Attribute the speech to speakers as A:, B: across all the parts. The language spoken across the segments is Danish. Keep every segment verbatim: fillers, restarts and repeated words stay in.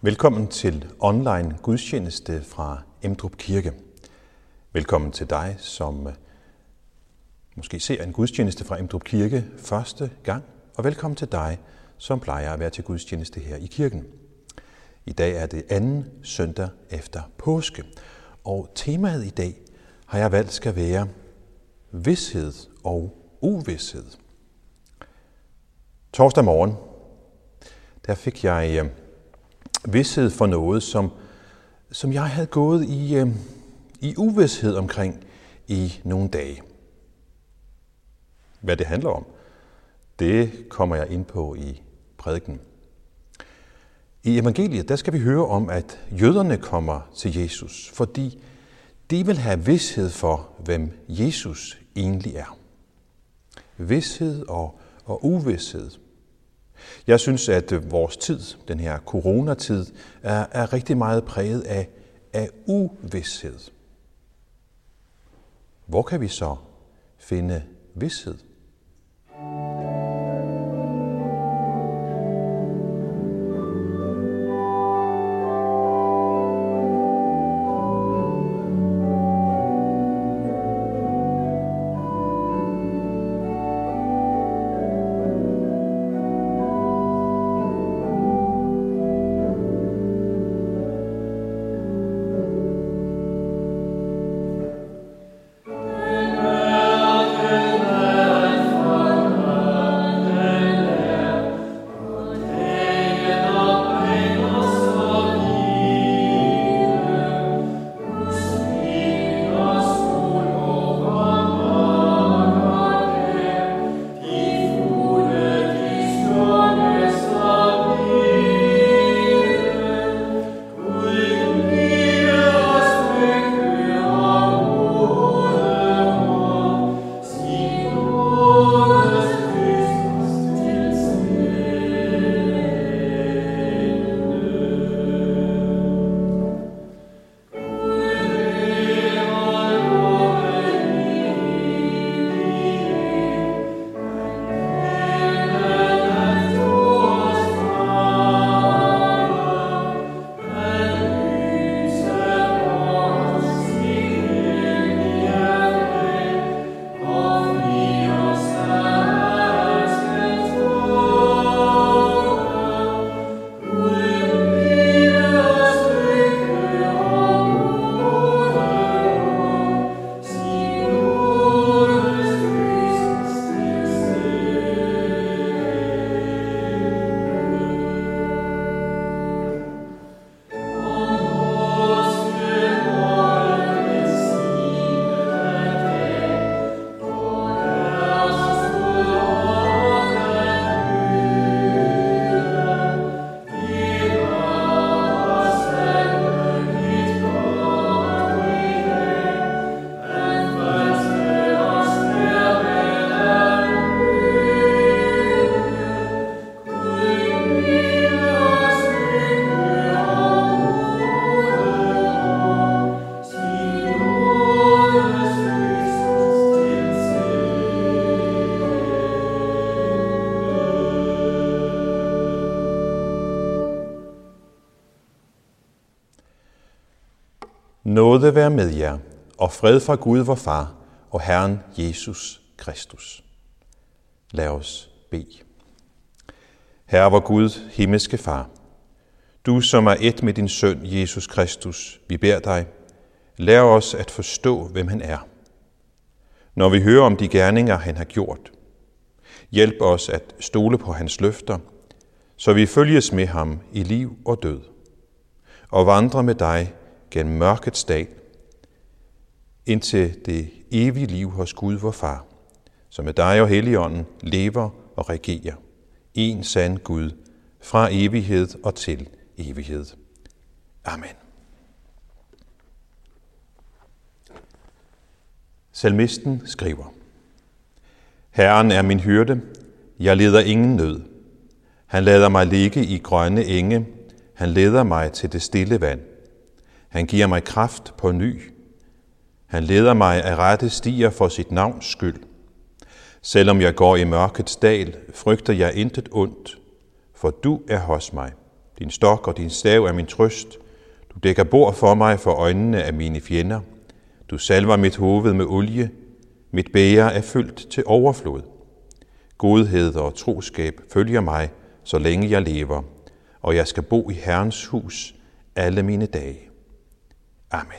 A: Velkommen til online gudstjeneste fra Emdrup Kirke. Velkommen til dig, som måske ser en gudstjeneste fra Emdrup Kirke første gang, og velkommen til dig, som plejer at være til gudstjeneste her i kirken. I dag er det anden søndag efter påske, og temaet i dag har jeg valgt skal være vished og uvished. Torsdag morgen, der fik jeg vished for noget, som, som jeg havde gået i, øh, i uvished omkring i nogle dage. Hvad det handler om, det kommer jeg ind på i prædiken. I evangeliet, der skal vi høre om, at jøderne kommer til Jesus, fordi de vil have vished for, hvem Jesus egentlig er. Vished og, og uvished. Jeg synes, at vores tid, den her coronatid, er, er rigtig meget præget af, af uvished. Hvor kan vi så finde vished? Nåde være med jer, og fred fra Gud vor Far og Herren Jesus Kristus. Lad os bede. Herre vor Gud, himmelske Far, du som er et med din søn Jesus Kristus, vi beder dig, lær os at forstå, hvem han er. Når vi hører om de gerninger, han har gjort, hjælp os at stole på hans løfter, så vi følges med ham i liv og død, og vandrer med dig gennem mørkets dal, indtil det evige liv hos Gud vor Far, som med dig og Helligånden lever og regerer, en sand Gud, fra evighed og til evighed. Amen. Salmisten skriver: Herren er min hyrde, jeg lider ingen nød. Han lader mig ligge i grønne enge, han leder mig til det stille vand. Han giver mig kraft på ny. Han leder mig af rette stier for sit navns skyld. Selvom jeg går i mørkets dal, frygter jeg intet ondt, for du er hos mig. Din stok og din stav er min trøst. Du dækker bord for mig for øjnene af mine fjender. Du salver mit hoved med olie. Mit bæger er fyldt til overflod. Godhed og troskab følger mig, så længe jeg lever, og jeg skal bo i Herrens hus alle mine dage. Amen.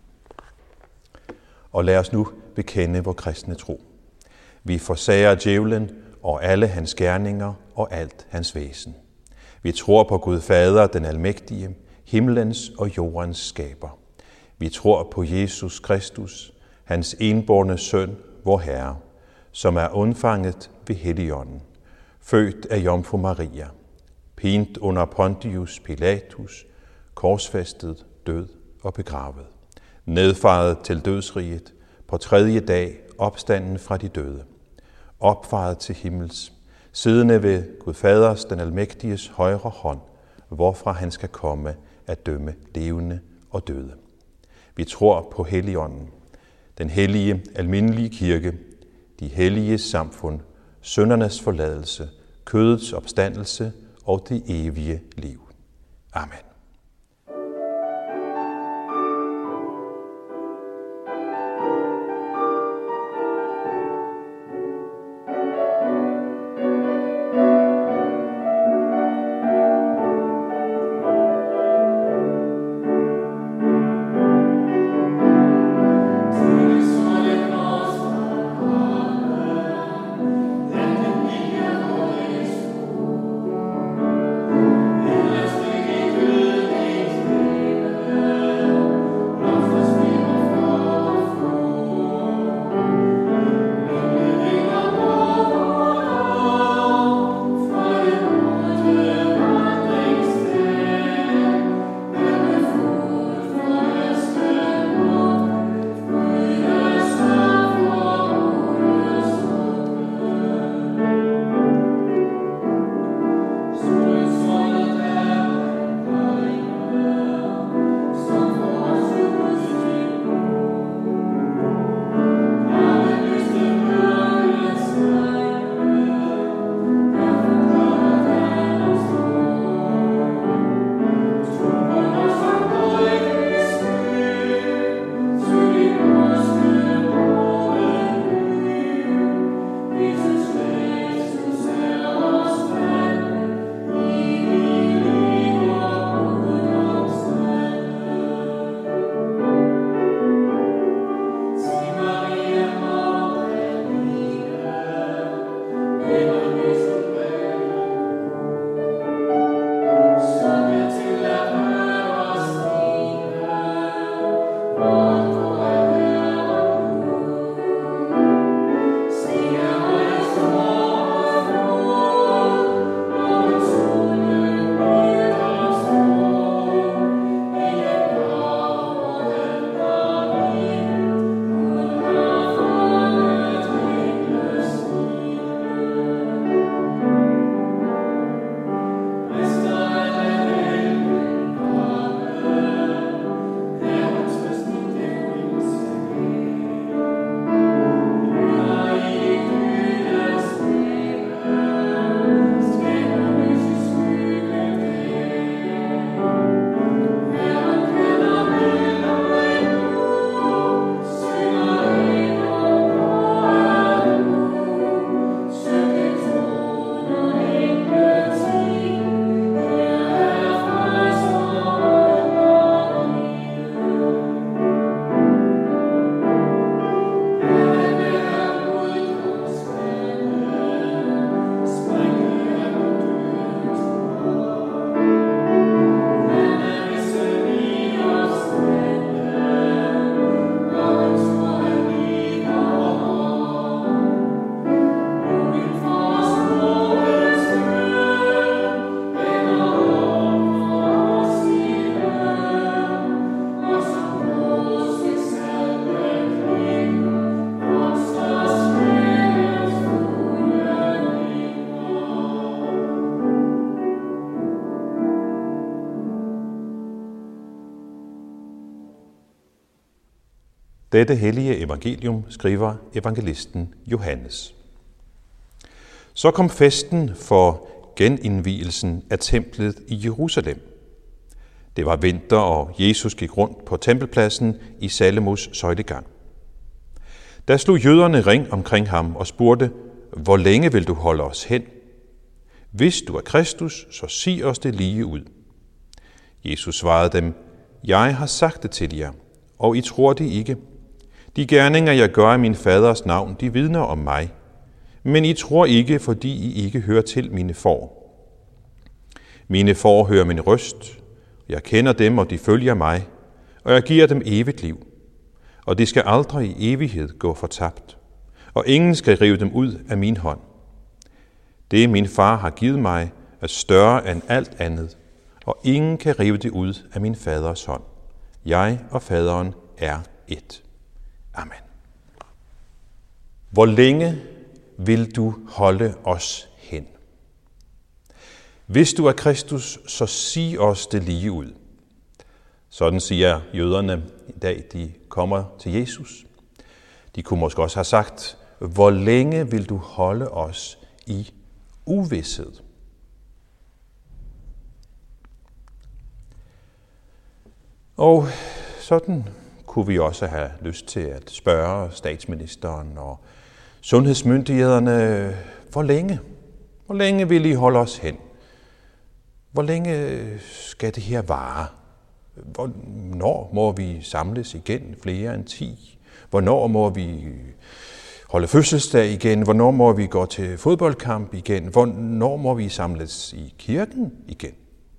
A: Og lad os nu bekende vor kristne tro. Vi forsager djævlen og alle hans gerninger og alt hans væsen. Vi tror på Gud Fader, den almægtige, himlens og jordens skaber. Vi tror på Jesus Kristus, hans enbårne søn, vor Herre, som er undfanget ved Helligånden, født af Jomfru Maria, pint under Pontius Pilatus, korsfæstet, død og begravet, nedfaret til dødsriget, på tredje dag opstanden fra de døde, opfaret til himmels, siddende ved Gud Faders, den almægtiges højre hånd, hvorfra han skal komme at dømme levende og døde. Vi tror på Helligånden, den hellige, almindelige kirke, de hellige samfund, syndernes forladelse, kødets opstandelse og det evige liv. Amen.
B: Dette hellige evangelium skriver evangelisten Johannes. Så kom festen for
A: genindvielsen af templet i Jerusalem. Det var vinter, og Jesus gik rundt på tempelpladsen i Salomos søjlegang. Der slog jøderne ring omkring ham og spurgte, hvor længe vil du holde os hen? Hvis du er Kristus, så sig os det lige ud. Jesus svarede dem, jeg har sagt det til jer, og I tror det ikke. De gerninger, jeg gør i min faders navn, de vidner om mig. Men I tror ikke, fordi I ikke hører til mine får. Mine får hører min røst. Jeg kender dem, og de følger mig, og jeg giver dem evigt liv. Og de skal aldrig i evighed gå fortabt, og ingen skal rive dem ud af min hånd. Det, min far har givet mig, er større end alt andet, og ingen kan rive det ud af min faders hånd. Jeg og faderen er ét. Amen. Hvor længe vil du holde os hen? Hvis du er Kristus, så sig os det lige ud. Sådan siger jøderne i dag, de kommer til Jesus. De kunne måske også have sagt, hvor længe vil du holde os i uvished? Og sådan kunne vi også have lyst til at spørge statsministeren og sundhedsmyndighederne, hvor længe? Hvor længe vil I holde os hen? Hvor længe skal det her vare? Hvornår må vi samles igen flere end ti? Hvornår må vi holde fødselsdag igen? Hvornår må vi gå til fodboldkamp igen? Hvornår må vi samles i kirken igen?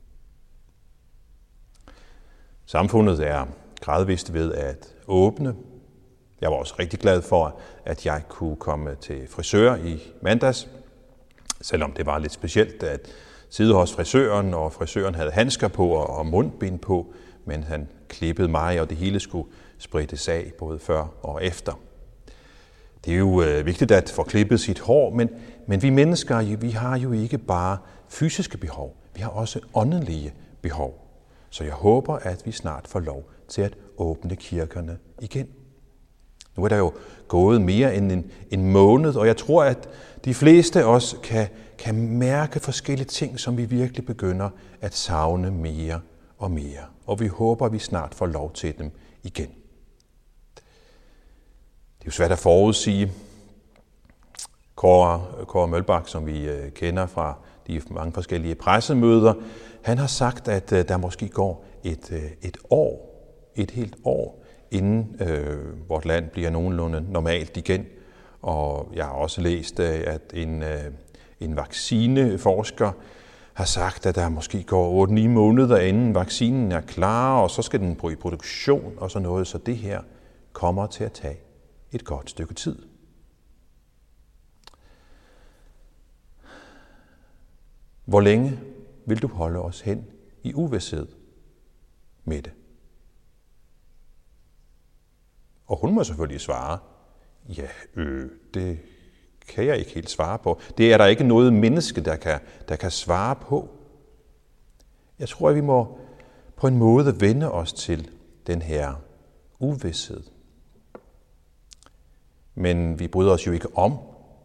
A: Samfundet er gradvist ved at åbne. Jeg var også rigtig glad for, at jeg kunne komme til frisør i mandags, selvom det var lidt specielt at sidde hos frisøren, og frisøren havde handsker på og mundbind på, men han klippede mig, og det hele skulle sprittes af, både før og efter. Det er jo øh, vigtigt at få klippet sit hår, men, men vi mennesker, vi har jo ikke bare fysiske behov, vi har også åndelige behov. Så jeg håber, at vi snart får lov til at åbne kirkerne igen. Nu er der jo gået mere end en, en måned, og jeg tror, at de fleste af os kan, kan mærke forskellige ting, som vi virkelig begynder at savne mere og mere. Og vi håber, at vi snart får lov til dem igen. Det er jo svært at forudsige. Kåre, Kåre Mølbak, som vi kender fra de mange forskellige pressemøder, han har sagt, at der måske går et, et år, et helt år, inden øh, vort land bliver nogenlunde normalt igen. Og jeg har også læst, at en, øh, en vaccineforsker har sagt, at der måske går otte ni måneder, inden vaccinen er klar, og så skal den i produktion og sådan noget. Så det her kommer til at tage et godt stykke tid. Hvor længe vil du holde os hen i uvished med det? Og hun må selvfølgelig svare, ja, øh, det kan jeg ikke helt svare på. Det er der ikke noget menneske, der kan, der kan svare på. Jeg tror, at vi må på en måde vende os til den her uvished. Men vi bryder os jo ikke om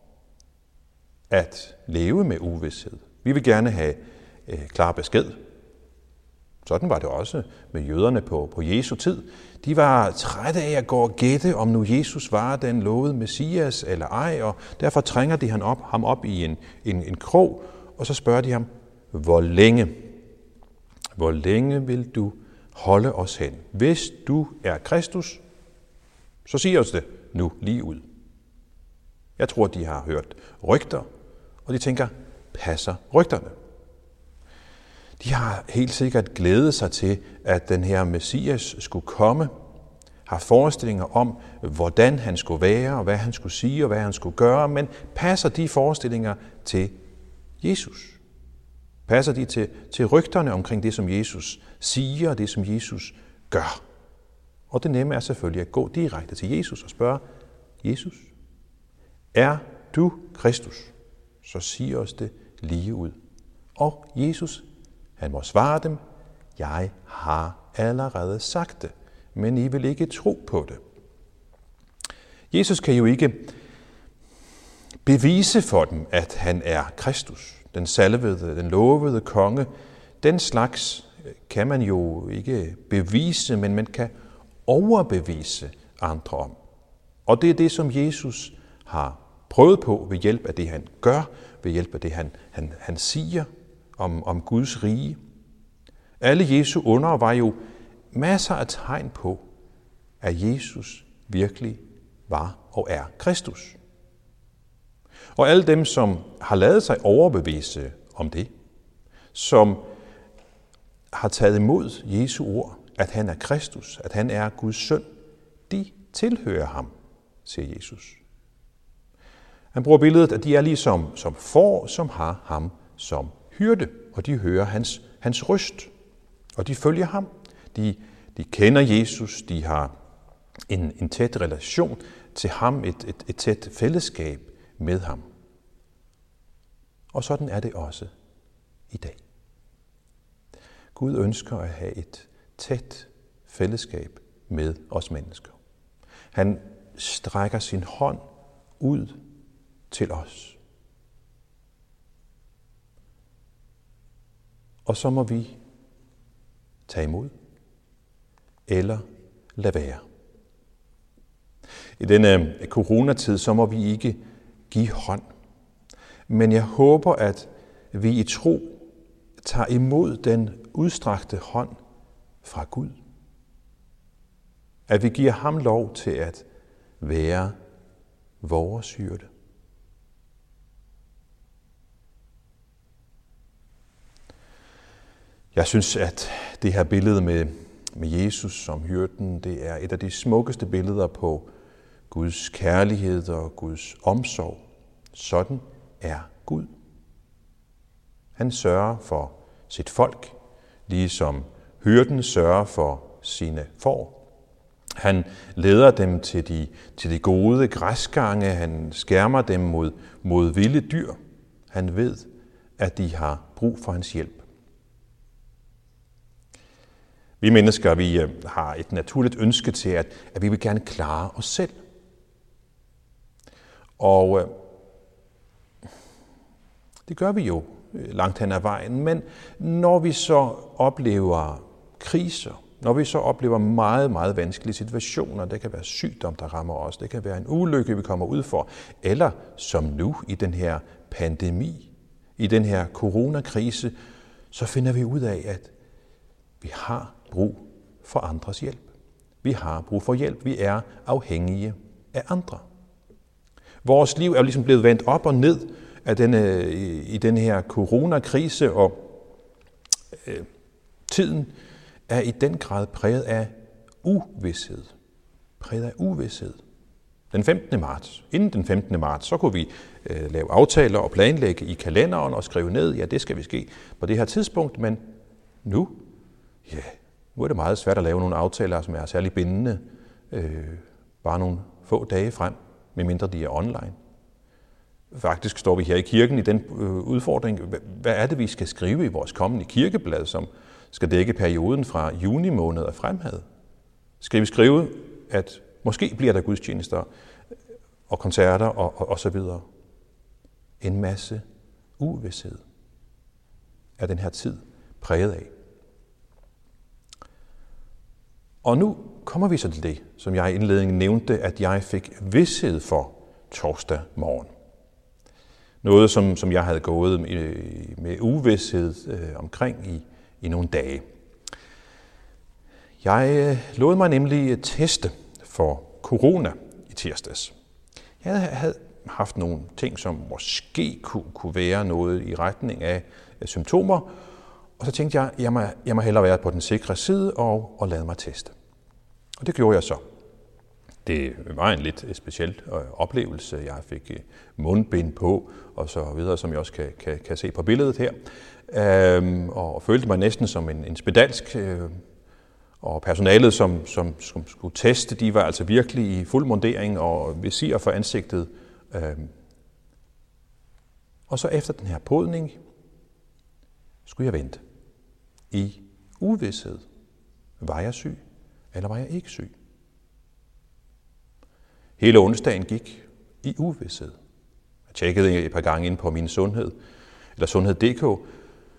A: at leve med uvished. Vi vil gerne have øh, klar besked. Sådan var det også med jøderne på, på Jesu tid. De var trætte af at gå og gætte, om nu Jesus var den lovede Messias eller ej, og derfor trænger de ham op, ham op i en, en, en krog, og så spørger de ham, hvor længe, hvor længe vil du holde os hen? Hvis du er Kristus, så sig os det nu lige ud. Jeg tror, de har hørt rygter, og de tænker, passer rygterne? De har helt sikkert glædet sig til, at den her Messias skulle komme, har forestillinger om, hvordan han skulle være, og hvad han skulle sige, og hvad han skulle gøre, men passer de forestillinger til Jesus? Passer de til, til rygterne omkring det, som Jesus siger, og det, som Jesus gør? Og det nemme er selvfølgelig at gå direkte til Jesus og spørge, Jesus, er du Kristus? Så sig os det lige ud. Og Jesus, han må svare dem, jeg har allerede sagt det, men I vil ikke tro på det. Jesus kan jo ikke bevise for dem, at han er Kristus. den salvede, den lovede konge. Den slags kan man jo ikke bevise, men man kan overbevise andre om. Og det er det, som Jesus har prøvet på ved hjælp af det, han gør, ved hjælp af det, han, han, han siger om, om Guds rige. Alle Jesu under var jo masser af tegn på, at Jesus virkelig var og er Kristus. Og alle dem, som har ladet sig overbevise om det, som har taget imod Jesu ord, at han er Kristus, at han er Guds søn, de tilhører ham, siger Jesus. Han bruger billedet, at de er ligesom som får, som har ham som hyrde, og de hører hans, hans røst, og de følger ham. De, de kender Jesus, de har en, en tæt relation til ham, et, et, et tæt fællesskab med ham. Og sådan er det også i dag. Gud ønsker at have et tæt fællesskab med os mennesker. Han strækker sin hånd ud til os. Og så må vi tage imod eller lade være. I denne coronatid, så må vi ikke give hånd. Men jeg håber, at vi i tro tager imod den udstrakte hånd fra Gud. At vi giver ham lov til at være vores hyrde. Jeg synes, at det her billede med, med Jesus som hyrden, det er et af de smukkeste billeder på Guds kærlighed og Guds omsorg. Sådan er Gud. Han sørger for sit folk, ligesom hyrden sørger for sine får. Han leder dem til de, til de gode græsgange, han skærmer dem mod, mod vilde dyr. Han ved, at de har brug for hans hjælp. Vi mennesker, vi har et naturligt ønske til, at, at vi vil gerne klare os selv. Og øh, det gør vi jo langt hen ad vejen, men når vi så oplever kriser, når vi så oplever meget, meget vanskelige situationer, det kan være sygdom, der rammer os, det kan være en ulykke, vi kommer ud for, eller som nu i den her pandemi, i den her coronakrise, så finder vi ud af, at vi har brug for andres hjælp. Vi har brug for hjælp. Vi er afhængige af andre. Vores liv er jo ligesom blevet vendt op og ned af denne, i den her coronakrise, og øh, tiden er i den grad præget af uvished. Præget af uvished. Den femtende marts, inden den femtende marts, så kunne vi øh, lave aftaler og planlægge i kalenderen og skrive ned, ja, det skal vi ske på det her tidspunkt, men nu, ja, nu er det meget svært at lave nogle aftaler, som er særlig bindende, øh, bare nogle få dage frem, medmindre de er online. Faktisk står vi her i kirken i den øh, udfordring, hvad er det, vi skal skrive i vores kommende kirkeblad, som skal dække perioden fra juni måned og fremad? Skal vi skrive, at måske bliver der gudstjenester og koncerter og, og, og så videre? En masse uvished er den her tid præget af. Og nu kommer vi så til det, som jeg i indledningen nævnte, at jeg fik vished for torsdag morgen. Noget, som, som jeg havde gået med, med uvished øh, omkring i, i nogle dage. Jeg øh, lod mig nemlig teste for corona i tirsdags. Jeg havde haft nogle ting, som måske kunne, kunne være noget i retning af symptomer, og så tænkte jeg, jeg må, jeg må hellere være på den sikre side og, og lade mig teste. Og det gjorde jeg så. Det var en lidt speciel oplevelse. Jeg fik mundbind på og så videre, som jeg også kan, kan, kan se på billedet her. Øhm, og følte mig næsten som en, en spedalsk. Øh, og personalet, som, som, som skulle teste, de var altså virkelig i fuld mundering og visir for ansigtet. Øhm, og så efter den her podning skulle jeg vente i uvished. Var jeg syg, eller var jeg ikke syg? Hele onsdagen gik i uvished. Jeg tjekkede et par gange ind på min sundhed, eller sundhed punktum d k.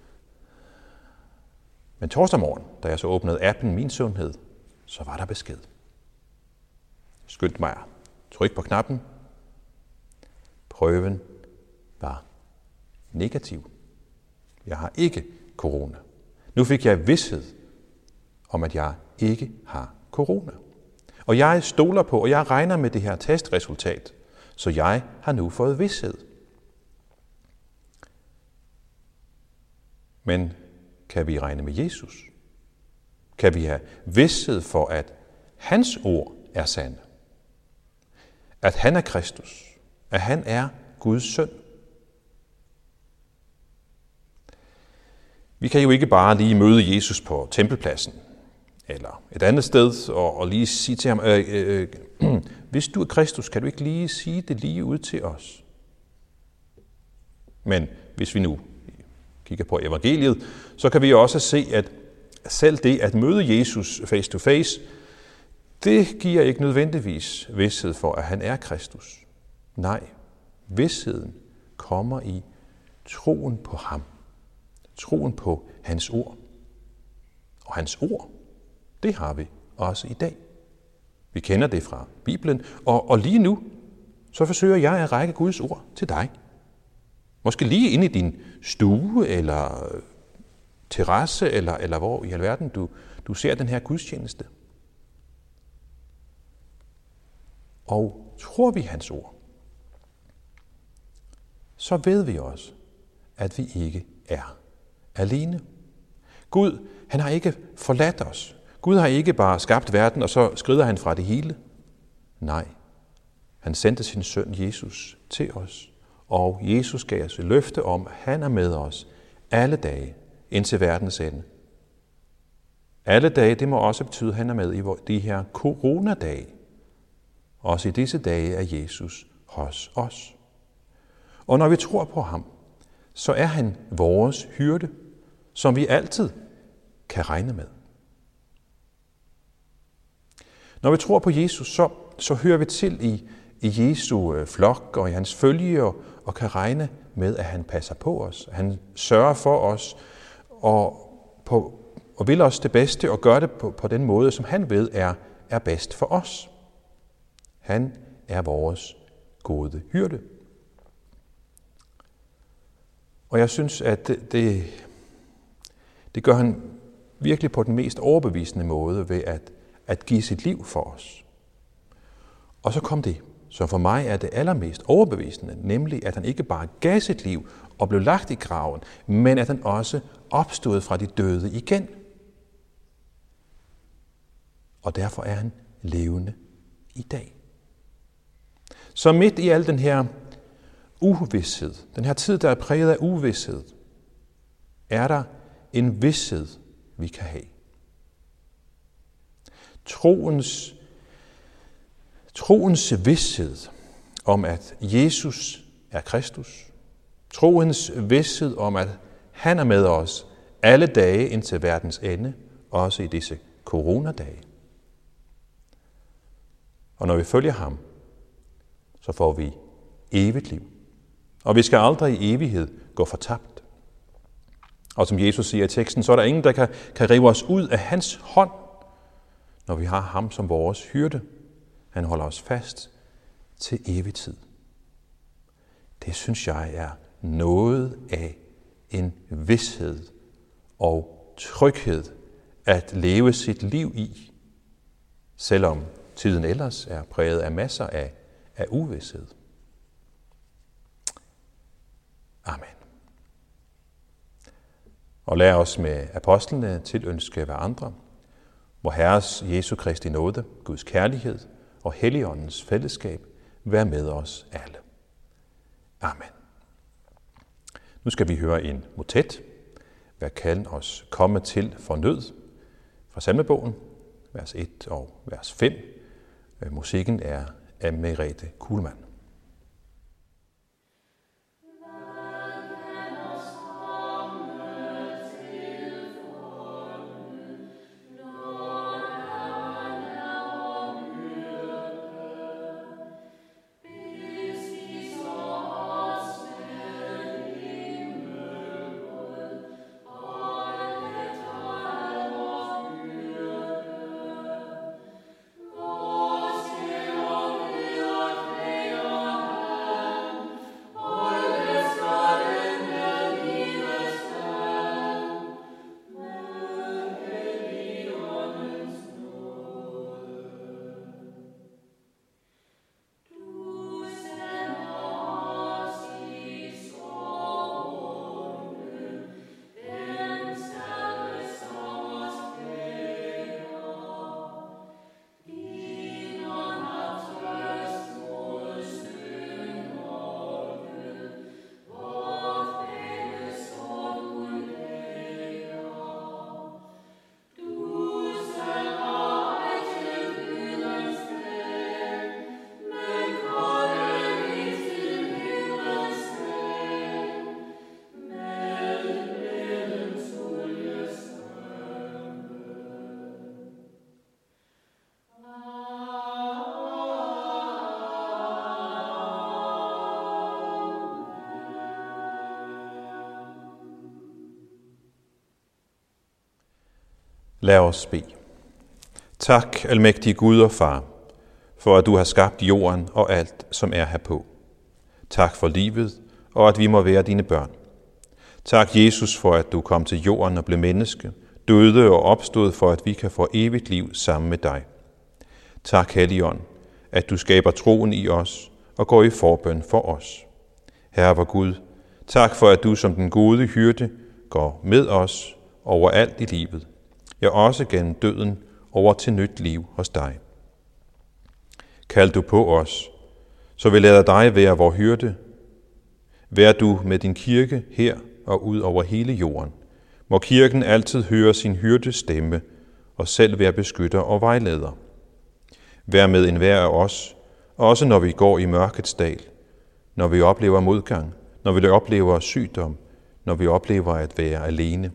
A: Men torsdag morgen, da jeg så åbnede appen Min Sundhed, så var der besked. Skyndte mig at trykke på knappen. Prøven var negativ. Jeg har ikke corona. Nu fik jeg vished om, at jeg ikke har corona. Og jeg stoler på, og jeg regner med det her testresultat, så jeg har nu fået vished. Men kan vi regne med Jesus? Kan vi have vished for, at hans ord er sande? At han er Kristus? At han er Guds søn? Vi kan jo ikke bare lige møde Jesus på tempelpladsen eller et andet sted og, og lige sige til ham, øh, øh, øh, hvis du er Kristus, kan du ikke lige sige det lige ud til os? Men hvis vi nu kigger på evangeliet, så kan vi også se, at selv det at møde Jesus face to face, det giver ikke nødvendigvis vished for, at han er Kristus. Nej, vidsheden kommer i troen på ham. Troen på hans ord. Og hans ord, det har vi også i dag. Vi kender det fra Bibelen, og, og lige nu, så forsøger jeg at række Guds ord til dig. Måske lige inde i din stue, eller terrasse, eller, eller hvor i alverden du, du ser den her gudstjeneste. Og tror vi hans ord, så ved vi også, at vi ikke er alene. Gud, han har ikke forladt os. Gud har ikke bare skabt verden, og så skrider han fra det hele. Nej, han sendte sin søn Jesus til os, og Jesus gav os et løfte om, at han er med os alle dage indtil verdens ende. Alle dage, det må også betyde, at han er med i de her coronadage. Også i disse dage er Jesus hos os. Og når vi tror på ham, så er han vores hyrde, som vi altid kan regne med. Når vi tror på Jesus, så, så hører vi til i, i Jesu flok og i hans følge, og, og kan regne med, at han passer på os. Han sørger for os og, på, og vil os det bedste og gør det på, på den måde, som han ved er, er bedst for os. Han er vores gode hyrde. Og jeg synes, at det, det, det gør han virkelig på den mest overbevisende måde ved at, at give sit liv for os. Og så kom det, som for mig er det allermest overbevisende, nemlig at han ikke bare gav sit liv og blev lagt i graven, men at han også opstod fra de døde igen. Og derfor er han levende i dag. Så midt i al den her uvished, den her tid, der er præget af uvished, er der en vished, vi kan have. Troens, troens vished om, at Jesus er Kristus. Troens vished om, at han er med os alle dage indtil verdens ende, også i disse coronadage. Og når vi følger ham, så får vi evigt liv. Og vi skal aldrig i evighed gå fortabt. Og som Jesus siger i teksten, så er der ingen, der kan, kan rive os ud af hans hånd, når vi har ham som vores hyrde. Han holder os fast til evig tid. Det synes jeg er noget af en vished og tryghed at leve sit liv i, selvom tiden ellers er præget af masser af, af uvished. Amen. Og lad os med apostlene tilønske hverandre, hvor Herres Jesu Kristi nåde, Guds kærlighed og Helligåndens fællesskab være med os alle. Amen. Nu skal vi høre en motet, hvad kan os komme til for nød, fra salmebogen, vers et og vers fem. Musikken er af Merete Kuhlmann. Lad os bede. Tak, almægtige Gud og Far, for at du har skabt jorden og alt, som er herpå. Tak for livet, og at vi må være dine børn. Tak, Jesus, for at du kom til jorden og blev menneske, døde og opstod, for at vi kan få evigt liv sammen med dig. Tak, Helligånd, at du skaber troen i os og går i forbøn for os. Herre vor Gud, tak for, at du som den gode hyrde går med os overalt i livet, ja også gennem døden over til nyt liv hos dig. Kald du på os, så vi lader dig være vor hyrde. Vær du med din kirke her og ud over hele jorden. Må kirken altid høre sin hyrdes stemme og selv være beskytter og vejleder. Vær med enhver af os, også når vi går i mørkets dal, når vi oplever modgang, når vi oplever sygdom, når vi oplever at være alene.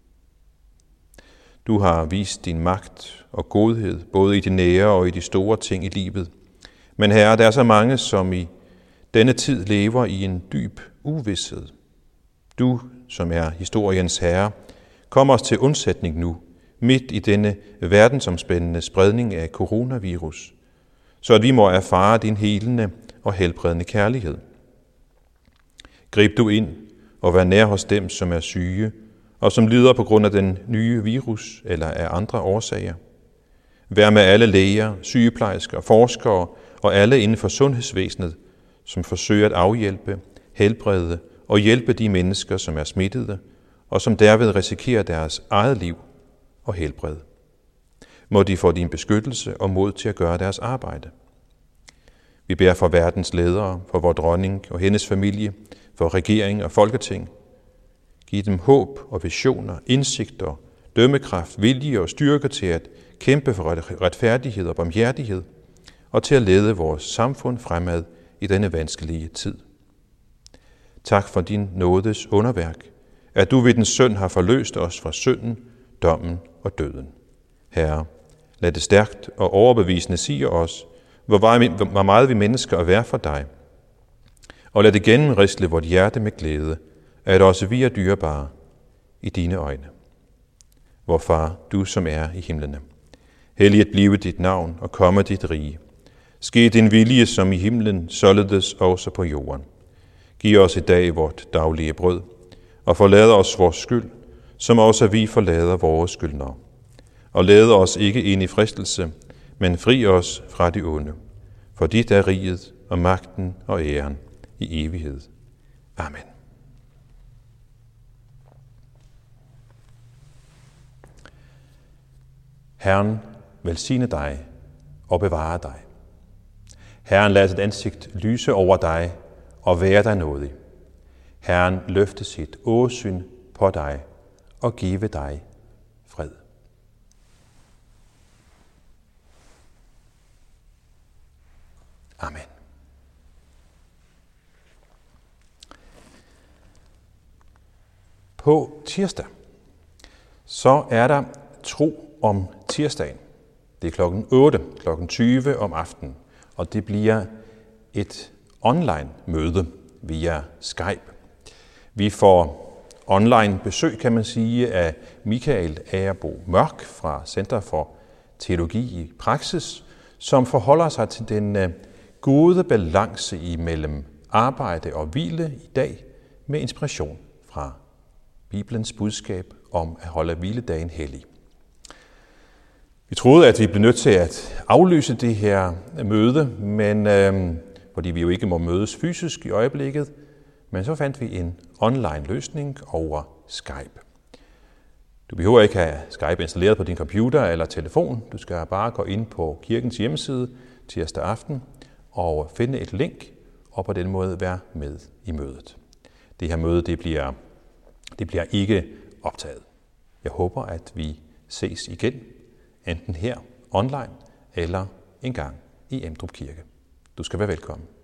A: Du har vist din magt og godhed, både i de nære og i de store ting i livet. Men Herre, der er så mange, som i denne tid lever i en dyb uvished. Du, som er historiens herre, kom os til undsætning nu, midt i denne verdensomspændende spredning af coronavirus, så at vi må erfare din helende og helbredende kærlighed. Grib du ind og vær nær hos dem, som er syge, og som lider på grund af den nye virus eller af andre årsager. Vær med alle læger, sygeplejersker, forskere og alle inden for sundhedsvæsenet, som forsøger at afhjælpe, helbrede og hjælpe de mennesker, som er smittede, og som derved risikerer deres eget liv og helbred. Må de få din beskyttelse og mod til at gøre deres arbejde. Vi beder for verdens ledere, for vor dronning og hendes familie, for regering og folketing. Giv dem håb og visioner, indsigter, dømmekraft, vilje og styrke til at kæmpe for retfærdighed og barmhjertighed, og til at lede vores samfund fremad i denne vanskelige tid. Tak for din nådes underværk, at du ved din søn har forløst os fra synden, dommen og døden. Herre, lad det stærkt og overbevisende sige os, hvor meget vi mennesker er værd for dig, og lad det gennemrisle vort hjerte med glæde, at også vi er dyrebare i dine øjne. Vor Far, du som er i himlene, helliget blive dit navn og komme dit rige. Ske din vilje som i himlen, således også på jorden. Giv os i dag vort daglige brød, og forlad os vores skyld, som også vi forlader vores skyldnere. Og lad os ikke ind i fristelse, men fri os fra det onde. For dit er riget og magten og æren i evighed. Amen. Herren velsigne dig og bevare dig. Herren lad sit ansigt lyse over dig og være dig nådig. Herren løfte sit åsyn på dig og give dig fred. Amen. På tirsdag, så er der tro om tirsdagen. Det er klokken otte, klokken tyve om aftenen, og det bliver et online møde via Skype. Vi får online besøg, kan man sige, af Michael Agerbo Mørk fra Center for Teologi i Praksis, som forholder sig til den gode balance imellem arbejde og hvile i dag med inspiration fra Bibelens budskab om at holde hviledagen hellig. Vi troede, at vi blev nødt til at aflyse det her møde, men øh, fordi vi jo ikke må mødes fysisk i øjeblikket, men så fandt vi en online løsning over Skype. Du behøver ikke have Skype installeret på din computer eller telefon. Du skal bare gå ind på kirkens hjemmeside tirsdag aften og finde et link, og på den måde være med i mødet. Det her møde det bliver, det bliver ikke optaget. Jeg håber, at vi ses igen, enten her online eller en gang i Emdrup Kirke. Du skal være velkommen.